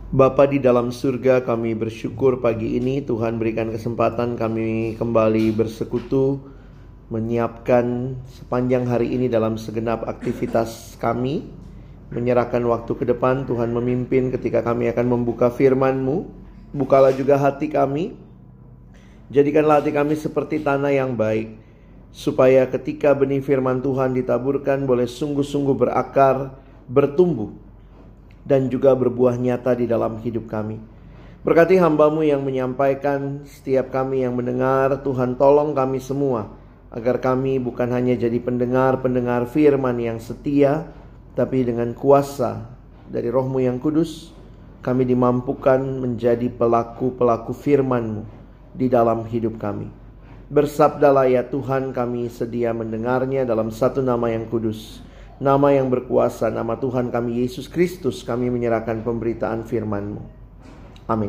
Bapa di dalam surga, kami bersyukur pagi ini Tuhan berikan kesempatan kami kembali bersekutu, menyiapkan sepanjang hari ini dalam segenap aktivitas kami, menyerahkan waktu ke depan. Tuhan memimpin ketika kami akan membuka firman-Mu. Bukalah juga hati kami, jadikanlah hati kami seperti tanah yang baik, supaya ketika benih firman Tuhan ditaburkan boleh sungguh-sungguh berakar, bertumbuh, dan juga berbuah nyata di dalam hidup kami. Berkati hamba-Mu yang menyampaikan, setiap kami yang mendengar. Tuhan tolong kami semua, agar kami bukan hanya jadi pendengar-pendengar firman yang setia, tapi dengan kuasa dari Roh-Mu yang kudus, kami dimampukan menjadi pelaku-pelaku firman-Mu di dalam hidup kami. Bersabdalah ya Tuhan, kami sedia mendengarnya dalam satu nama yang kudus, nama yang berkuasa, nama Tuhan kami Yesus Kristus. Kami menyerahkan pemberitaan firman-Mu. Amin.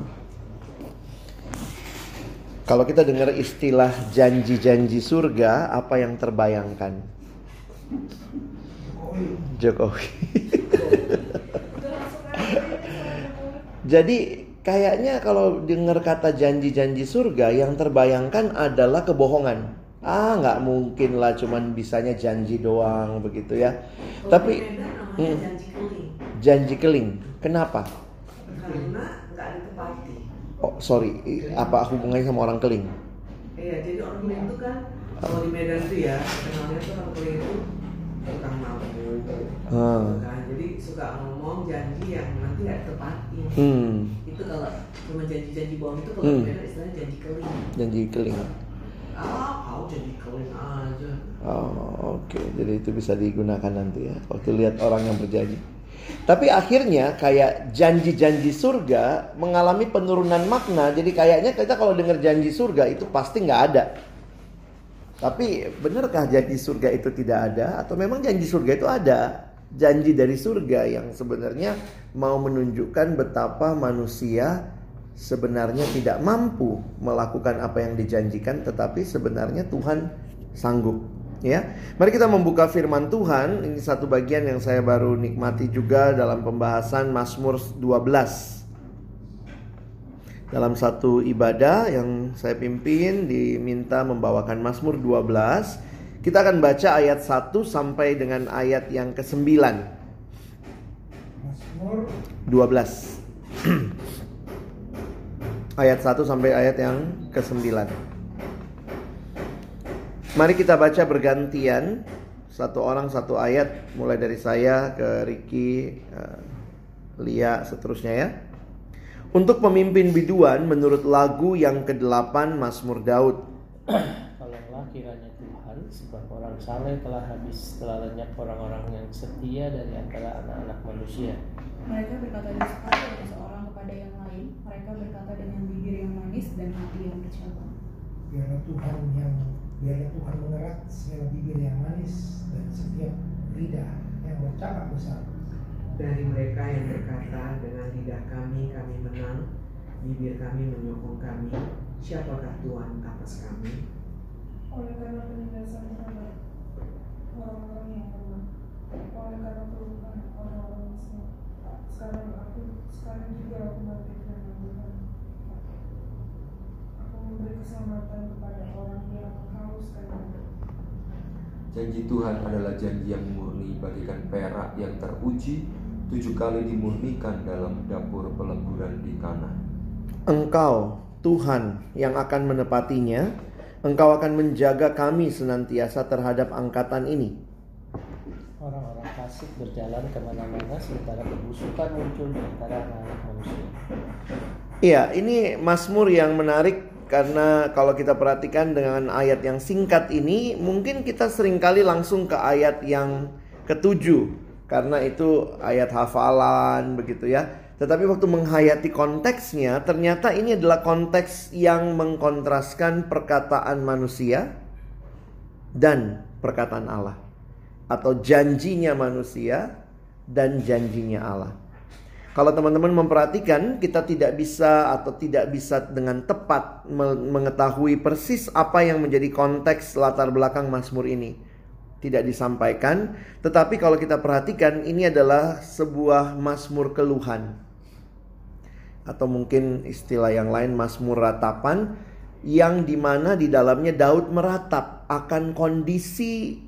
Kalau kita dengar istilah janji-janji surga, apa yang terbayangkan? Jokowi. Jadi kayaknya kalau dengar kata janji-janji surga, yang terbayangkan adalah kebohongan. Nggak mungkin lah, cuman bisanya janji doang begitu ya. Tapi janji keling. Janji keling. Kenapa? Karena nggak ditepati. Oh sorry, apa hubungannya sama orang keling? Iya, jadi orang keling itu kan kalau di Medan itu ya, kenalnya tuh orang keling itu tukang mabuk. Kan? Jadi suka ngomong janji yang nanti nggak ditepati. Itu kalau cuma janji-janji bohong itu kalau di Medan istilahnya janji keling. Janji keling. Kau jadi keling aja. Oke. Jadi itu bisa digunakan nanti ya, waktu lihat orang yang berjanji. Tapi akhirnya kayak janji-janji surga mengalami penurunan makna. Jadi kayaknya kita kalau dengar janji surga itu pasti nggak ada. Tapi benarkah janji surga itu tidak ada? Atau memang janji surga itu ada? Janji dari surga yang sebenarnya mau menunjukkan betapa manusia sebenarnya tidak mampu melakukan apa yang dijanjikan, tetapi sebenarnya Tuhan sanggup. Ya, mari kita membuka firman Tuhan. Ini satu bagian yang saya baru nikmati juga dalam pembahasan Mazmur 12. Dalam satu ibadah yang saya pimpin, diminta membawakan Mazmur 12. Kita akan baca ayat 1 sampai dengan ayat yang ke-9. Mazmur 12. Ayat 1 sampai ayat yang ke-9. Mari kita baca bergantian, satu orang satu ayat, mulai dari saya ke Ricky, Lia, seterusnya ya. Untuk pemimpin biduan menurut lagu yang ke-8 Mazmur Daud. Tolonglah kiranya Tuhan, sebab orang saleh telah lenyap orang-orang yang setia dari antara anak-anak manusia. Mereka berkata dusta dari seorang kepada yang lain. Mereka berkata dengan bibir yang manis dan hati yang bercabang. Biarlah Tuhan mengerat segala bibir yang manis dan setiap lidah yang bercakap besar. Dari mereka yang berkata dengan lidah kami menang, bibir kami menyokong kami. Siapakah Tuhan atas kami? Oleh karena penindasan terhadap orang-orang yang lemah, oleh karena keluhan orang-orang miskin, sekarang juga aku bangkit dan Tuhan. Aku memberi keselamatan kepada orang yang haus dan lapar. Janji Tuhan adalah janji yang murni, bagaikan perak yang teruji, 7 kali dimurnikan dalam dapur peleburan di tanah. Engkau Tuhan yang akan menepatinya. Engkau akan menjaga kami senantiasa terhadap angkatan ini. Orang-orang fasik berjalan kemana-mana, sementara kebusukan muncul di antara anak manusia. Iya, ini Mazmur yang menarik. Karena kalau kita perhatikan dengan ayat yang singkat ini, mungkin kita seringkali langsung ke ayat yang ke-7, karena itu ayat hafalan begitu ya. Tetapi waktu menghayati konteksnya, ternyata ini adalah konteks yang mengkontraskan perkataan manusia dan perkataan Allah, atau janjinya manusia dan janjinya Allah. Kalau teman-teman memperhatikan, kita tidak bisa dengan tepat mengetahui persis apa yang menjadi konteks latar belakang Mazmur ini. Tidak disampaikan, tetapi kalau kita perhatikan, ini adalah sebuah Mazmur keluhan. atau mungkin istilah yang lain Mazmur ratapan, yang dimana di dalamnya Daud meratap akan kondisi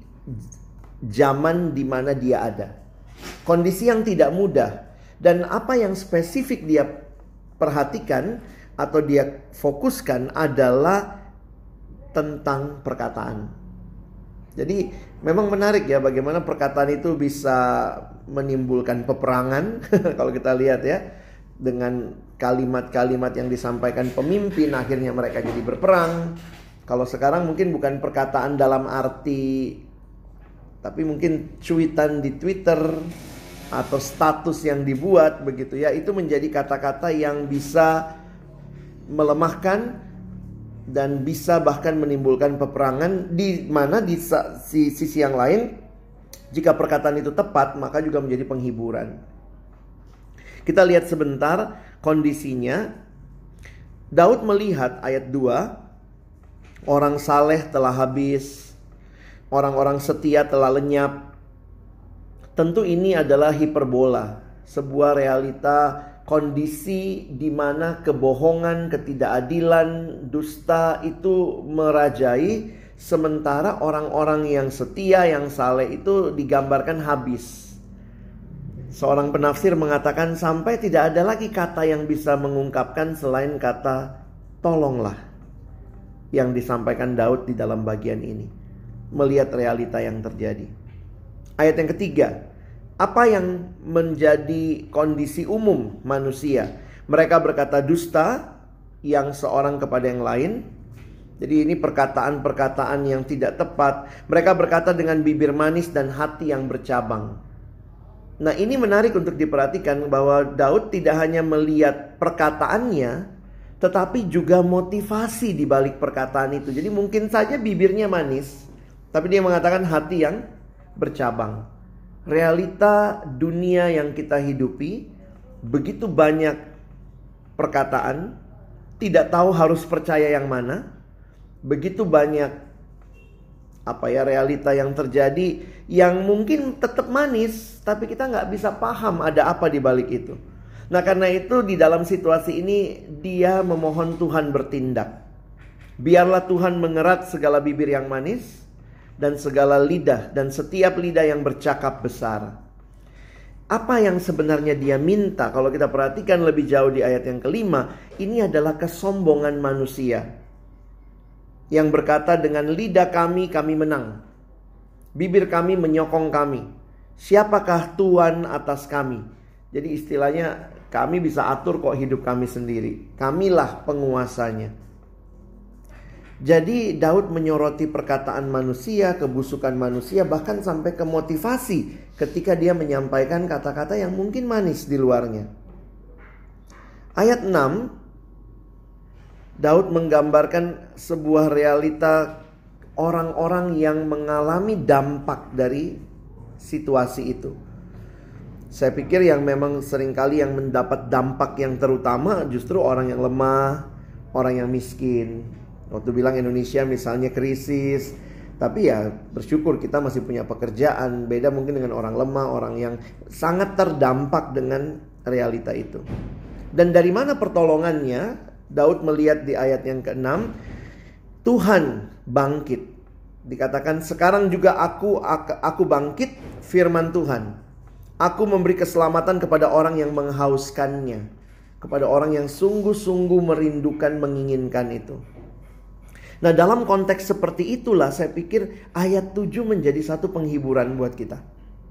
zaman di mana dia ada. Kondisi yang tidak mudah. Dan apa yang spesifik dia perhatikan atau dia fokuskan adalah tentang perkataan. Jadi memang menarik ya bagaimana perkataan itu bisa menimbulkan peperangan. Kalau kita lihat ya, dengan kalimat-kalimat yang disampaikan pemimpin akhirnya mereka jadi berperang. Kalau sekarang mungkin bukan perkataan dalam arti, tapi mungkin cuitan di Twitter atau status yang dibuat begitu ya, itu menjadi kata-kata yang bisa melemahkan dan bisa bahkan menimbulkan peperangan, di mana di sisi yang lain jika perkataan itu tepat maka juga menjadi penghiburan. Kita lihat sebentar kondisinya. Daud melihat ayat 2, orang saleh telah habis, orang-orang setia telah lenyap. Tentu ini adalah hiperbola, sebuah realita kondisi di mana kebohongan, ketidakadilan, dusta itu merajai, sementara orang-orang yang setia, yang saleh itu digambarkan habis. Seorang penafsir mengatakan sampai tidak ada lagi kata yang bisa mengungkapkan selain kata tolonglah yang disampaikan Daud di dalam bagian ini, melihat realita yang terjadi. Ayat yang ketiga, apa yang menjadi kondisi umum manusia? Mereka berkata dusta, yang seorang kepada yang lain. Jadi ini perkataan-perkataan yang tidak tepat. Mereka berkata dengan bibir manis dan hati yang bercabang. Nah, ini menarik untuk diperhatikan bahwa Daud tidak hanya melihat perkataannya, tetapi juga motivasi di balik perkataan itu. Jadi mungkin saja bibirnya manis, tapi dia mengatakan hati yang bercabang. Realita dunia yang kita hidupi, begitu banyak perkataan, tidak tahu harus percaya yang mana. Begitu banyak realita yang terjadi yang mungkin tetap manis, tapi kita nggak bisa paham ada apa di balik itu. Nah, karena itu di dalam situasi ini dia memohon Tuhan bertindak. Biarlah Tuhan mengerat segala bibir yang manis dan segala lidah dan setiap lidah yang bercakap besar. Apa yang sebenarnya dia minta? Kalau kita perhatikan lebih jauh di ayat yang kelima, ini adalah kesombongan manusia yang berkata dengan lidah kami menang, bibir kami menyokong kami. Siapakah Tuhan atas kami? Jadi istilahnya kami bisa atur kok hidup kami sendiri. Kamilah penguasanya. Jadi Daud menyoroti perkataan manusia, kebusukan manusia, bahkan sampai ke motivasi ketika dia menyampaikan kata-kata yang mungkin manis di luarnya. Ayat 6, Daud menggambarkan sebuah realita orang-orang yang mengalami dampak dari situasi itu. Saya pikir yang memang seringkali yang mendapat dampak yang terutama justru orang yang lemah, orang yang miskin. Waktu bilang Indonesia misalnya krisis, tapi ya bersyukur kita masih punya pekerjaan. Beda mungkin dengan orang lemah, orang yang sangat terdampak dengan realita itu. Dan dari mana pertolongannya? Daud melihat di ayat yang ke-6, Tuhan bangkit. Dikatakan sekarang juga aku bangkit, firman Tuhan. Aku memberi keselamatan kepada orang yang menghauskannya, kepada orang yang sungguh-sungguh merindukan, menginginkan itu. Nah, dalam konteks seperti itulah saya pikir ayat 7 menjadi satu penghiburan buat kita.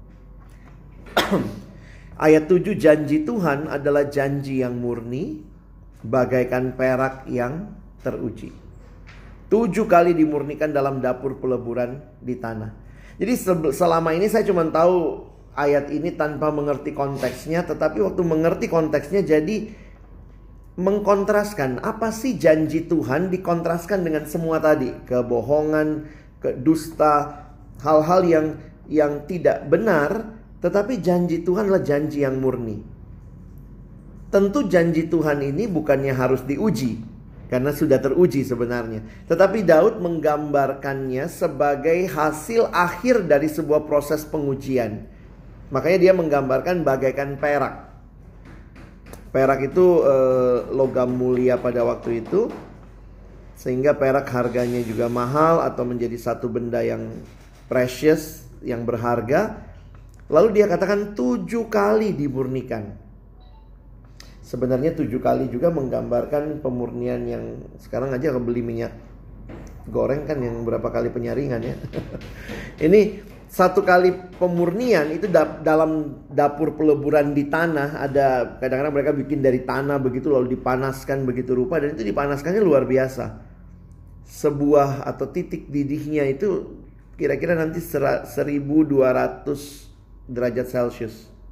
Ayat 7, janji Tuhan adalah janji yang murni, bagaikan perak yang teruji. 7 kali dimurnikan dalam dapur peleburan di tanah. Jadi selama ini saya cuma tahu ayat ini tanpa mengerti konteksnya, tetapi waktu mengerti konteksnya jadi mengkontraskan apa sih janji Tuhan, dikontraskan dengan semua tadi, kebohongan, dusta, hal-hal yang tidak benar, tetapi janji Tuhan adalah janji yang murni. Tentu janji Tuhan ini bukannya harus diuji, karena sudah teruji sebenarnya. Tetapi Daud menggambarkannya sebagai hasil akhir dari sebuah proses pengujian. Makanya dia menggambarkan bagaikan perak. Perak itu logam mulia pada waktu itu, sehingga perak harganya juga mahal atau menjadi satu benda yang precious, yang berharga. Lalu dia katakan 7 kali dimurnikan. Sebenarnya 7 kali juga menggambarkan pemurnian yang sekarang aja beli minyak goreng kan yang berapa kali penyaringan ya. Ini 1 kali pemurnian itu dalam dapur peleburan di tanah. Ada kadang-kadang mereka bikin dari tanah begitu lalu dipanaskan begitu rupa, dan itu dipanaskannya luar biasa. Sebuah atau titik didihnya itu kira-kira nanti 1200 derajat Celcius.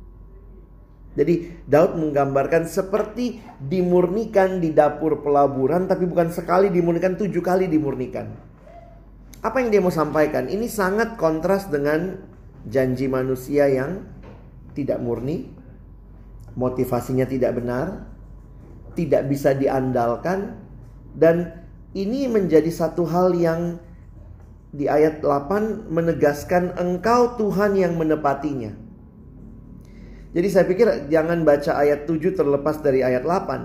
Jadi Daud menggambarkan seperti dimurnikan di dapur pelaburan, tapi bukan sekali dimurnikan, 7 kali dimurnikan. Apa yang dia mau sampaikan? Ini sangat kontras dengan janji manusia yang tidak murni, motivasinya tidak benar, tidak bisa diandalkan. Dan ini menjadi satu hal yang di ayat 8 menegaskan Engkau Tuhan yang menepatinya. Jadi saya pikir jangan baca ayat 7 terlepas dari ayat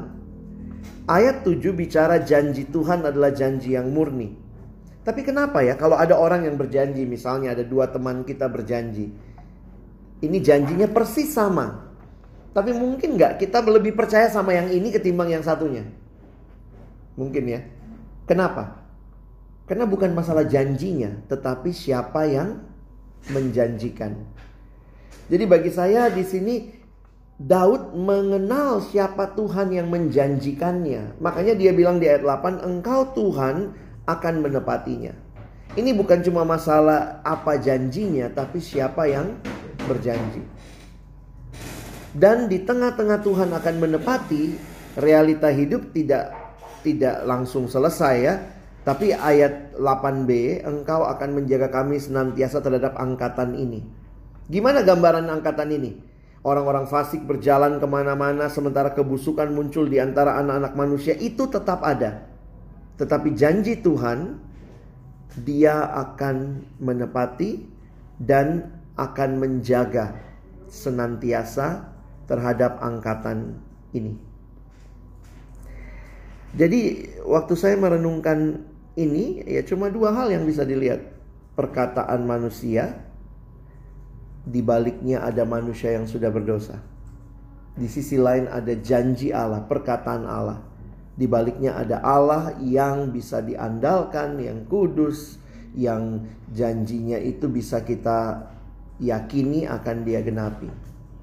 8. Ayat 7 bicara janji Tuhan adalah janji yang murni. Tapi kenapa ya kalau ada orang yang berjanji, misalnya ada 2 teman kita berjanji, ini janjinya persis sama, tapi mungkin gak kita lebih percaya sama yang ini ketimbang yang satunya? Mungkin ya. Kenapa? Karena bukan masalah janjinya, tetapi siapa yang menjanjikan. Jadi bagi saya di sini Daud mengenal siapa Tuhan yang menjanjikannya. Makanya dia bilang di ayat 8, Engkau Tuhan akan menepatinya. Ini bukan cuma masalah apa janjinya, tapi siapa yang berjanji. Dan di tengah-tengah Tuhan akan menepati, realita hidup tidak langsung selesai ya. Tapi ayat 8b, Engkau akan menjaga kami senantiasa terhadap angkatan ini. Gimana gambaran angkatan ini? Orang-orang fasik berjalan kemana-mana, sementara kebusukan muncul di antara anak-anak manusia. Itu tetap ada. Tetapi janji Tuhan, Dia akan menepati dan akan menjaga senantiasa terhadap angkatan ini. Jadi waktu saya merenungkan ini, ya cuma 2 hal yang bisa dilihat. Perkataan manusia, di baliknya ada manusia yang sudah berdosa. Di sisi lain ada janji Allah, perkataan Allah. Di baliknya ada Allah yang bisa diandalkan, yang kudus, yang janjinya itu bisa kita yakini akan Dia genapi.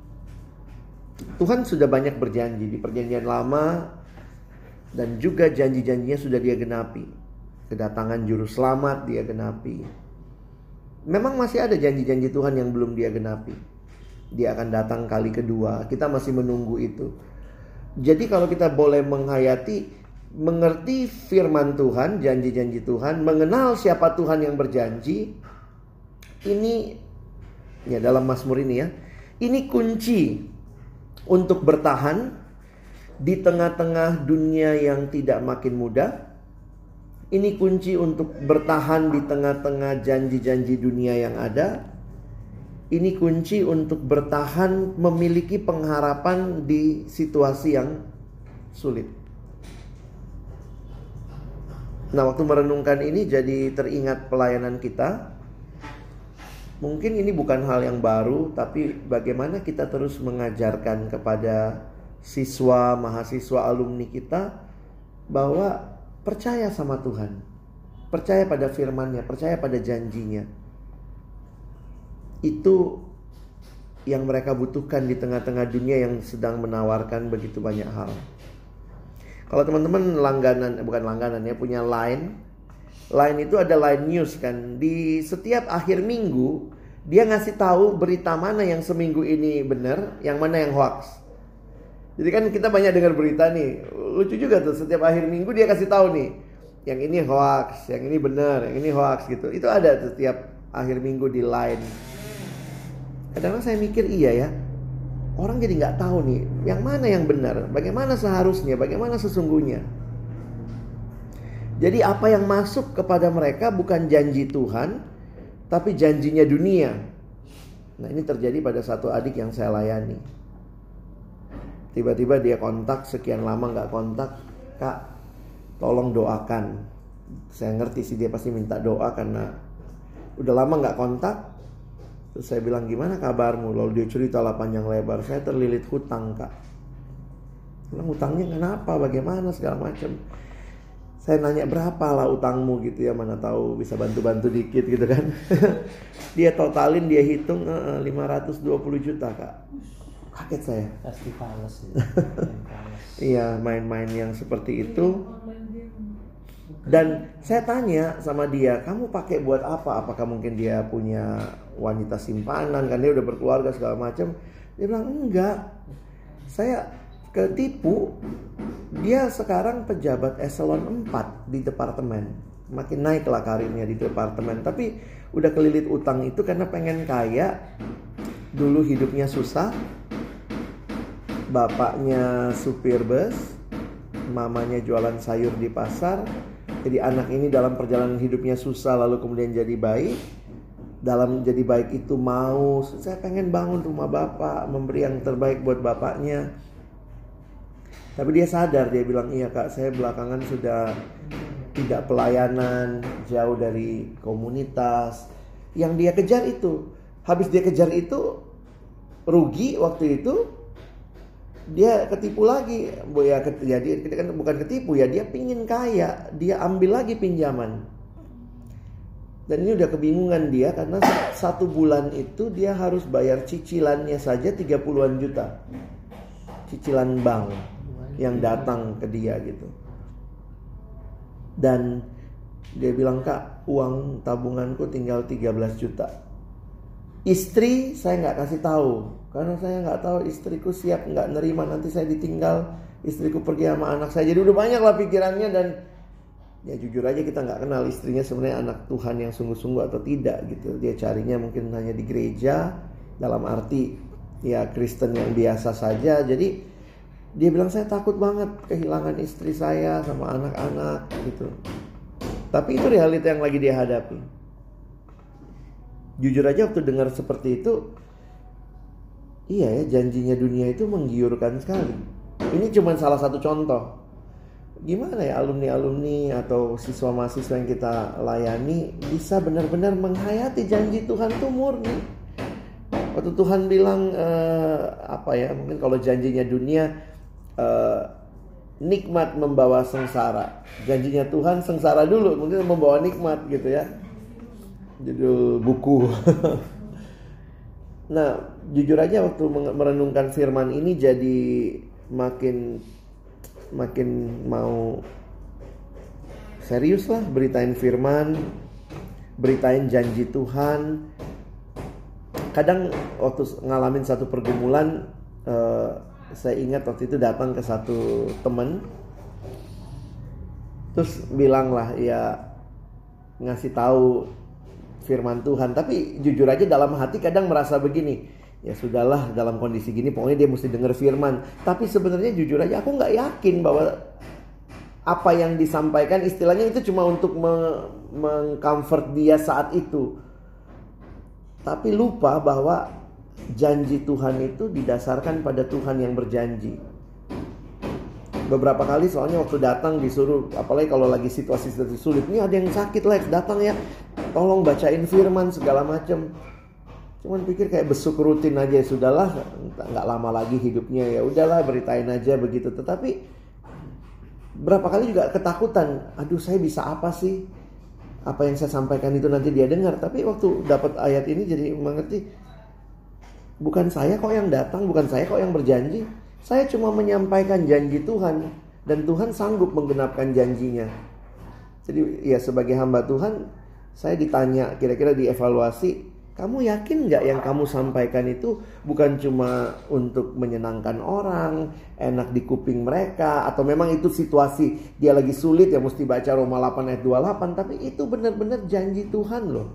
Tuhan sudah banyak berjanji di perjanjian lama, dan juga janji-janjinya sudah Dia genapi. Kedatangan juru selamat Dia genapi. Memang masih ada janji-janji Tuhan yang belum Dia genapi. Dia akan datang kali kedua. Kita masih menunggu itu. Jadi kalau kita boleh menghayati, mengerti firman Tuhan, janji-janji Tuhan, mengenal siapa Tuhan yang berjanji, ini ya dalam Mazmur ini ya, ini kunci untuk bertahan di tengah-tengah dunia yang tidak makin mudah. Ini kunci untuk bertahan di tengah-tengah janji-janji dunia yang ada. Ini kunci untuk bertahan, memiliki pengharapan di situasi yang sulit. Nah, waktu merenungkan ini jadi teringat pelayanan kita. Mungkin ini bukan hal yang baru, tapi bagaimana kita terus mengajarkan kepada siswa, mahasiswa, alumni kita bahwa percaya sama Tuhan, percaya pada firman-Nya, percaya pada janjinya. Itu yang mereka butuhkan di tengah-tengah dunia yang sedang menawarkan begitu banyak hal. Kalau teman-teman punya Line itu ada Line News kan. Di setiap akhir minggu dia ngasih tahu berita mana yang seminggu ini benar, yang mana yang hoax. Jadi kan kita banyak dengar berita nih, lucu juga tuh, setiap akhir minggu dia kasih tahu nih, yang ini hoax, yang ini benar, yang ini hoax gitu. Itu ada tuh setiap akhir minggu di Line. Kadang-kadang saya mikir iya ya, orang jadi nggak tahu nih yang mana yang benar, bagaimana seharusnya, bagaimana sesungguhnya. Jadi apa yang masuk kepada mereka bukan janji Tuhan, tapi janjinya dunia. Nah, ini terjadi pada satu adik yang saya layani. Tiba-tiba dia kontak, sekian lama nggak kontak. Kak, tolong doakan. Saya ngerti sih dia pasti minta doa karena udah lama nggak kontak. Terus saya bilang, gimana kabarmu? Lalu dia cerita lah panjang lebar. Saya terlilit hutang, Kak. Bilang, hutangnya kenapa? Bagaimana? Segala macam. Saya nanya, berapa lah utangmu gitu ya. Mana tahu bisa bantu-bantu dikit gitu kan. Dia totalin, dia hitung 520 juta, Kak. Kaget saya. Pasti fales ya. Iya, main-main yang seperti itu. Dan saya tanya sama dia, kamu pakai buat apa? Apakah mungkin dia punya wanita simpanan, kan dia udah berkeluarga segala macam? Dia bilang enggak. Saya ketipu. Dia sekarang pejabat eselon 4 di departemen. Makin naik lah karirnya di departemen. Tapi udah kelilit utang itu karena pengen kaya. Dulu hidupnya susah. Bapaknya supir bus, mamanya jualan sayur di pasar. Jadi anak ini dalam perjalanan hidupnya susah, lalu kemudian jadi baik. Dalam jadi baik itu mau, saya pengen bangun rumah bapak, memberi yang terbaik buat bapaknya. Tapi dia sadar, dia bilang, iya Kak, saya belakangan sudah tidak pelayanan, jauh dari komunitas. Yang dia kejar itu, habis dia kejar itu, rugi waktu itu. Dia ketipu lagi. Ya dia kan bukan ketipu ya, dia pingin kaya. Dia ambil lagi pinjaman. Dan ini udah kebingungan dia karena 1 bulan itu dia harus bayar cicilannya saja 30-an juta. Cicilan bank yang datang ke dia gitu. Dan dia bilang, Kak, uang tabunganku tinggal 13 juta. Istri saya nggak kasih tahu. Karena saya nggak tahu istriku siap nggak nerima nanti saya ditinggal, istriku pergi sama anak saya. Jadi udah banyak lah pikirannya. Dan ya jujur aja kita nggak kenal istrinya sebenarnya anak Tuhan yang sungguh-sungguh atau tidak gitu. Dia carinya mungkin hanya di gereja, dalam arti ya Kristen yang biasa saja. Jadi dia bilang, saya takut banget kehilangan istri saya sama anak-anak gitu. Tapi itu realita yang lagi dia hadapi. Jujur aja waktu dengar seperti itu, iya ya, janjinya dunia itu menggiurkan sekali. Ini cuma salah satu contoh. Gimana ya alumni-alumni atau siswa mahasiswa yang kita layani bisa benar-benar menghayati janji Tuhan itu murni. Waktu Tuhan bilang mungkin kalau janjinya dunia nikmat membawa sengsara. Janjinya Tuhan sengsara dulu, mungkin membawa nikmat gitu ya. Judul buku. Nah, jujur aja waktu merenungkan firman ini jadi makin mau serius lah beritain firman, beritain janji Tuhan. Kadang waktu ngalamin satu pergumulan, saya ingat waktu itu datang ke satu teman, terus bilang lah ya, ngasih tahu firman Tuhan. Tapi jujur aja dalam hati kadang merasa begini, ya sudahlah dalam kondisi gini pokoknya dia mesti dengar firman. Tapi sebenarnya jujur aja aku gak yakin bahwa apa yang disampaikan istilahnya itu cuma untuk mengcomfort dia saat itu. Tapi lupa bahwa janji Tuhan itu didasarkan pada Tuhan yang berjanji. Beberapa kali soalnya waktu datang disuruh, apalagi kalau lagi situasi sulit, ini ada yang sakit Lex, datang ya, tolong bacain firman segala macam. Cuman pikir kayak besuk rutin aja, sudahlah, nggak lama lagi hidupnya, ya udahlah beritain aja begitu. Tetapi berapa kali juga ketakutan, aduh saya bisa apa sih? Apa yang saya sampaikan itu nanti dia dengar. Tapi waktu dapat ayat ini jadi mengerti, bukan saya kok yang datang, bukan saya kok yang berjanji. Saya cuma menyampaikan janji Tuhan, dan Tuhan sanggup menggenapkan janjinya. Jadi ya sebagai hamba Tuhan, saya ditanya, kira-kira dievaluasi, kamu yakin gak yang kamu sampaikan itu bukan cuma untuk menyenangkan orang, enak di kuping mereka, atau memang itu situasi dia lagi sulit ya mesti baca Roma 8 ayat 28, tapi itu benar-benar janji Tuhan loh.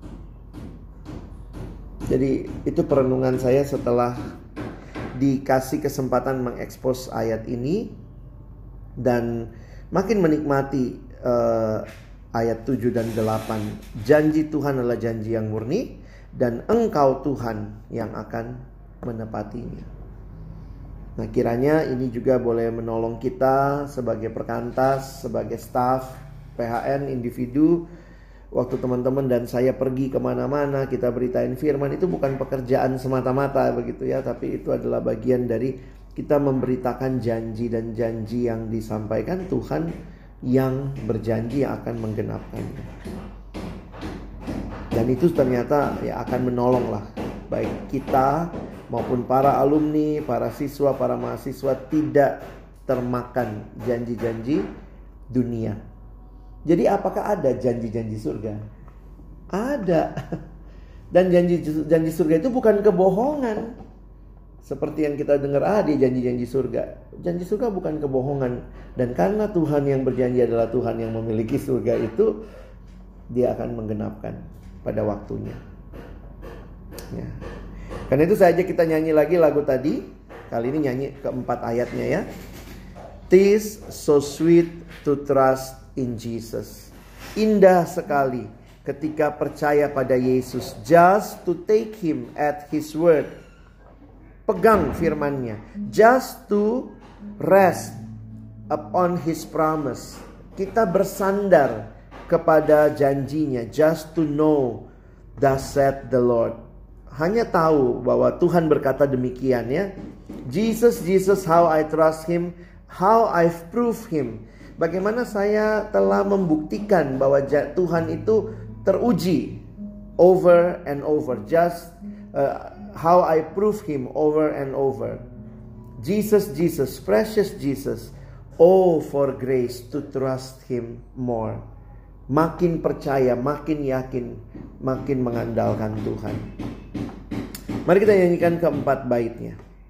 Jadi itu perenungan saya setelah dikasih kesempatan mengekspos ayat ini, dan makin menikmati ayat 7 dan 8. Janji Tuhan adalah janji yang murni, dan Engkau Tuhan yang akan menepatinya. Nah, kiranya ini juga boleh menolong kita sebagai perkantas, sebagai staf PHN, individu. Waktu teman-teman dan saya pergi kemana-mana, kita beritain firman, itu bukan pekerjaan semata-mata begitu ya, tapi itu adalah bagian dari kita memberitakan janji, dan janji yang disampaikan Tuhan yang berjanji akan menggenapkannya. Dan itu ternyata ya akan menolong lah, baik kita maupun para alumni, para siswa, para mahasiswa tidak termakan janji-janji dunia. Jadi apakah ada janji-janji surga? Ada. Dan janji surga itu bukan kebohongan. Seperti yang kita dengar, di janji-janji surga. Janji surga bukan kebohongan. Dan karena Tuhan yang berjanji adalah Tuhan yang memiliki surga itu, Dia akan menggenapkan pada waktunya. Ya. Karena itu saja kita nyanyi lagi lagu tadi. Kali ini nyanyi keempat ayatnya ya. "'Tis so sweet to trust in Jesus." Indah sekali ketika percaya pada Yesus. Just to take Him at His word. Pegang firman-Nya. Just to rest upon His promise. Kita bersandar kepada janjinya. Just to know, thus said the Lord. Hanya tahu bahwa Tuhan berkata demikian ya. Jesus, Jesus, how I trust Him, how I've proved Him. Bagaimana saya telah membuktikan bahwa Tuhan itu teruji over and over. Just how I prove Him over and over. Jesus, Jesus, precious Jesus. Oh, for grace to trust Him more. Makin percaya, makin yakin, makin mengandalkan Tuhan. Mari kita nyanyikan keempat baitnya.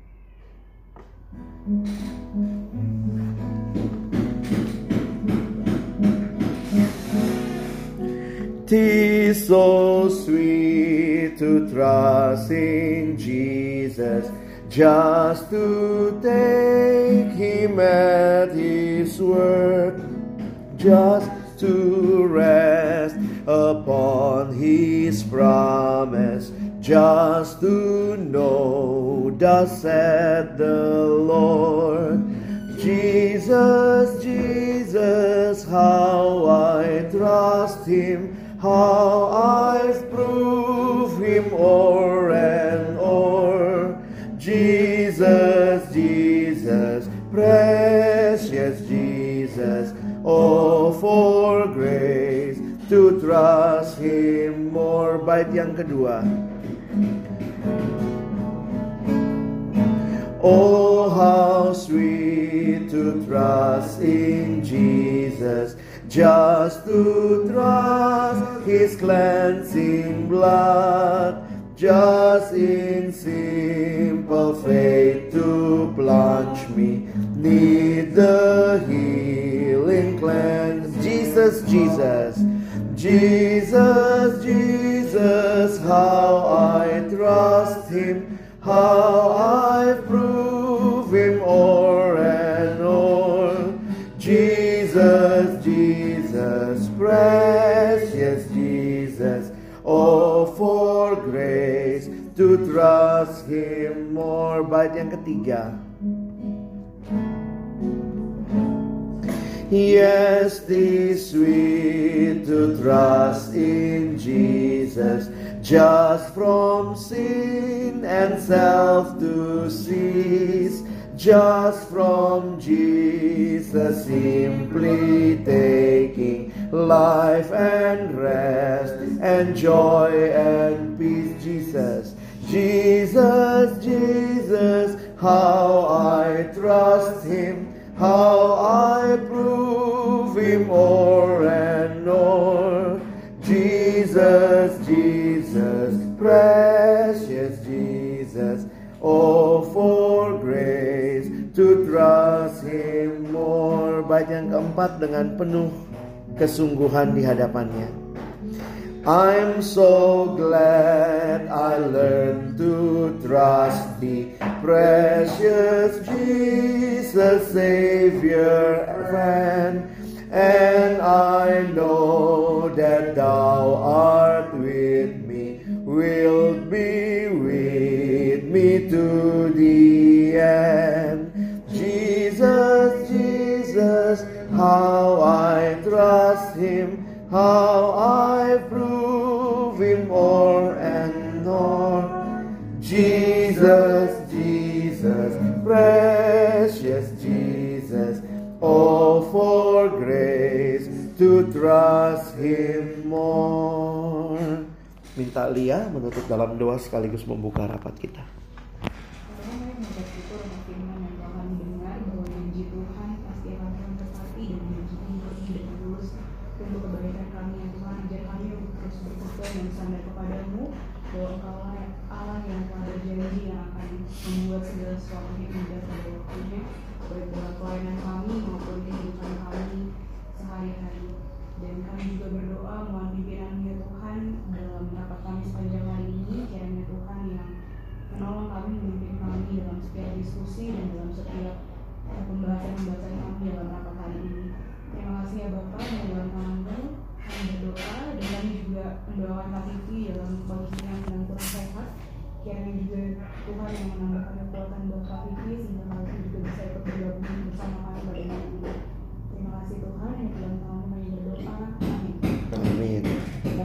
"'Tis so sweet to trust in Jesus, just to take Him at His word, just to rest upon His promise, just to know, thus said the Lord. Jesus, Jesus, how I trust Him, how I've proved Him o'er and o'er. Jesus, Jesus, precious Jesus, oh, for grace to trust Him more." Bait yang kedua. Oh, how sweet to trust in Jesus, just to trust His cleansing blood, just in simple faith to plunge me, need the healing cleanse. Jesus, Jesus, Jesus, Jesus, how I trust Him, how I prove Him o'er and o'er. Jesus, Jesus, precious Jesus, oh, for grace to trust Him more. Bait yang ketiga. Yes, 'tis sweet to trust in Jesus, just from sin and self to cease, just from Jesus simply taking life and rest and joy and peace. Jesus, Jesus, Jesus, how I trust Him, how I prove Him o'er and o'er. Jesus, Jesus, precious Jesus, oh, for grace to trust Him more. Bait yang keempat dengan penuh kesungguhan di hadapannya. I'm so glad I learned to trust Thee, precious Jesus, Savior, friend. And I know that Thou art with me, wilt be with me to the end. how I trust Him, how I prove Him o'er and o'er. Jesus, Jesus, precious Jesus, oh for grace to trust Him more. Minta Lia menutup dalam doa sekaligus membuka rapat kita. Membuat segala sesuatu yang indah pada waktunya, baik dalam pelayanan kami maupun kehidupan kami sehari-hari. Dan kami juga berdoa mohon pimpinan ya Tuhan dalam rapat kami sepanjang hari ini. Kiranya Tuhan yang menolong kami, memimpin kami dalam setiap diskusi dan dalam setiap pembahasan kami dalam rapat hari ini. Terima kasih ya Bapak, dalam nama kami berdoa dan kami juga mendoakan Kak Vivi dalam kondisi yang sedang kurang sehat. Kiranya juga Tuhan yang menambahkan kekuatan buat Kak Vivi sehingga Kak Vivi juga bisa ikut bergabung bersama kami